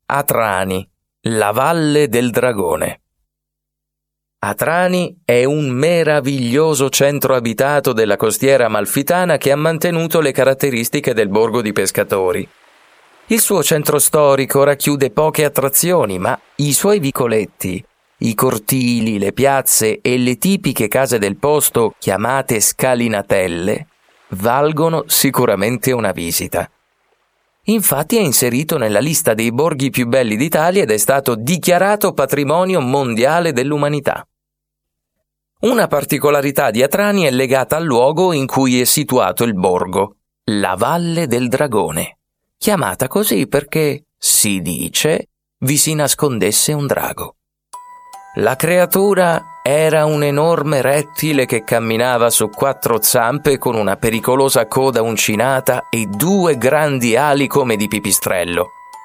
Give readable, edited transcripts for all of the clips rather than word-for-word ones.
Atrani, la Valle del Dragone. Atrani è un meraviglioso centro abitato della costiera amalfitana che ha mantenuto le caratteristiche del borgo di pescatori. Il suo centro storico racchiude poche attrazioni, ma i suoi vicoletti, i cortili, le piazze e le tipiche case del posto, chiamate scalinatelle, valgono sicuramente una visita. Infatti è inserito nella lista dei borghi più belli d'Italia ed è stato dichiarato patrimonio mondiale dell'umanità. Una particolarità di Atrani è legata al luogo in cui è situato il borgo, la Valle del Dragone, chiamata così perché, si dice, vi si nascondesse un drago. La creatura era un enorme rettile che camminava su 4 zampe con una pericolosa coda uncinata e 2 grandi ali come di pipistrello.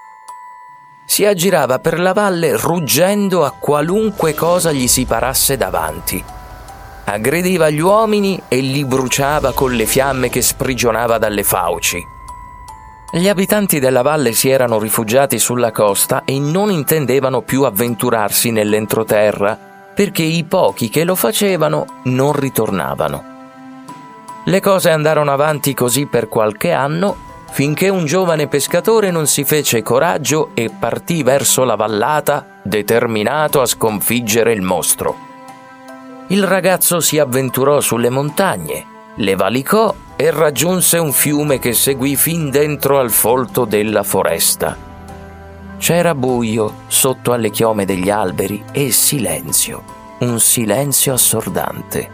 Si aggirava per la valle ruggendo a qualunque cosa gli si parasse davanti. Aggrediva gli uomini e li bruciava con le fiamme che sprigionava dalle fauci. Gli abitanti della valle si erano rifugiati sulla costa e non intendevano più avventurarsi nell'entroterra perché i pochi che lo facevano non ritornavano. Le cose andarono avanti così per qualche anno finché un giovane pescatore non si fece coraggio e partì verso la vallata determinato a sconfiggere il mostro. Il ragazzo si avventurò sulle montagne, le valicò e raggiunse un fiume che seguì fin dentro al folto della foresta. C'era buio sotto alle chiome degli alberi e silenzio, un silenzio assordante.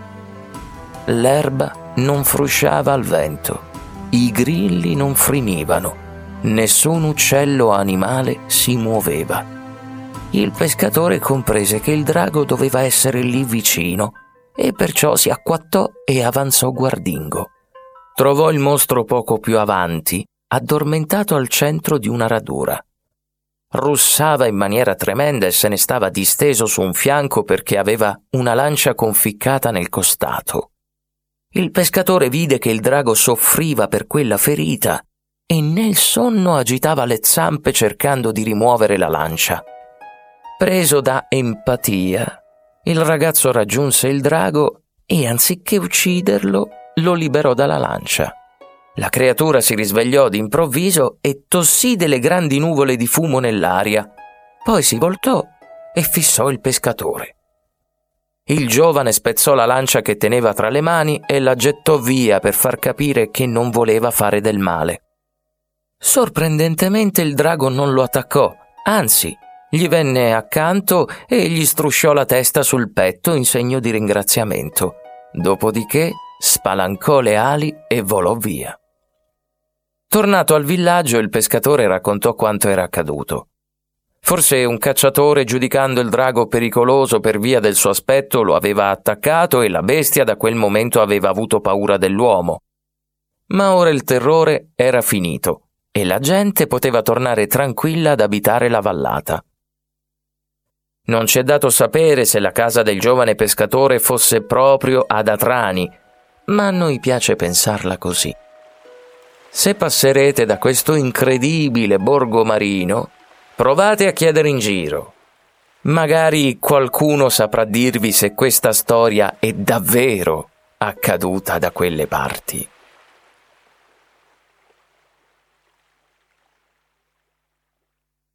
L'erba non frusciava al vento, i grilli non frinivano, nessun uccello o animale si muoveva. Il pescatore comprese che il drago doveva essere lì vicino e perciò si acquattò e avanzò guardingo. Trovò il mostro poco più avanti, addormentato al centro di una radura. Russava in maniera tremenda e se ne stava disteso su un fianco perché aveva una lancia conficcata nel costato. Il pescatore vide che il drago soffriva per quella ferita e nel sonno agitava le zampe cercando di rimuovere la lancia. Preso da empatia, il ragazzo raggiunse il drago e anziché ucciderlo, lo liberò dalla lancia. La creatura si risvegliò d'improvviso e tossì delle grandi nuvole di fumo nell'aria. Poi si voltò e fissò il pescatore. Il giovane spezzò la lancia che teneva tra le mani e la gettò via per far capire che non voleva fare del male. Sorprendentemente il drago non lo attaccò, anzi, gli venne accanto e gli strusciò la testa sul petto in segno di ringraziamento. Dopodiché spalancò le ali e volò via. Tornato al villaggio, il pescatore raccontò quanto era accaduto. Forse un cacciatore, giudicando il drago pericoloso per via del suo aspetto, lo aveva attaccato e la bestia da quel momento aveva avuto paura dell'uomo. Ma ora il terrore era finito e la gente poteva tornare tranquilla ad abitare la vallata. Non ci è dato sapere se la casa del giovane pescatore fosse proprio ad Atrani, ma a noi piace pensarla così. Se passerete da questo incredibile borgo marino, provate a chiedere in giro. Magari qualcuno saprà dirvi se questa storia è davvero accaduta da quelle parti.